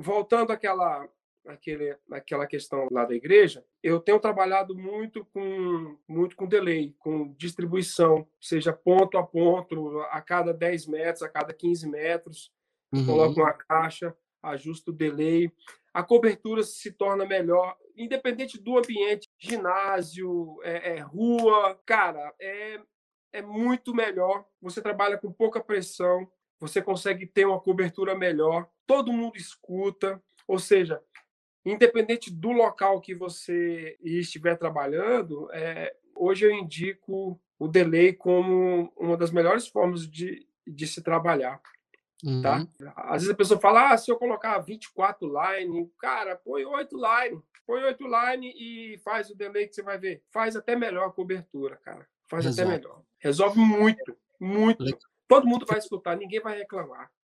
voltando àquela questão lá da igreja, eu tenho trabalhado muito com delay, com distribuição, seja ponto a ponto, a cada 10 metros, a cada 15 metros, Uhum. coloco uma caixa, ajusto o delay, a cobertura se torna melhor, independente do ambiente, ginásio, rua, cara, é muito melhor. Você trabalha com pouca pressão, você consegue ter uma cobertura melhor, todo mundo escuta, ou seja, independente do local que você estiver trabalhando, hoje eu indico o delay como uma das melhores formas de se trabalhar, tá? Uhum. Às vezes a pessoa fala, se eu colocar 24 line, cara, põe 8 line e faz o delay que você vai ver. Faz até melhor a cobertura, cara. Faz até Resolve. melhor. Resolve muito, muito. Le Todo mundo vai escutar, ninguém vai reclamar.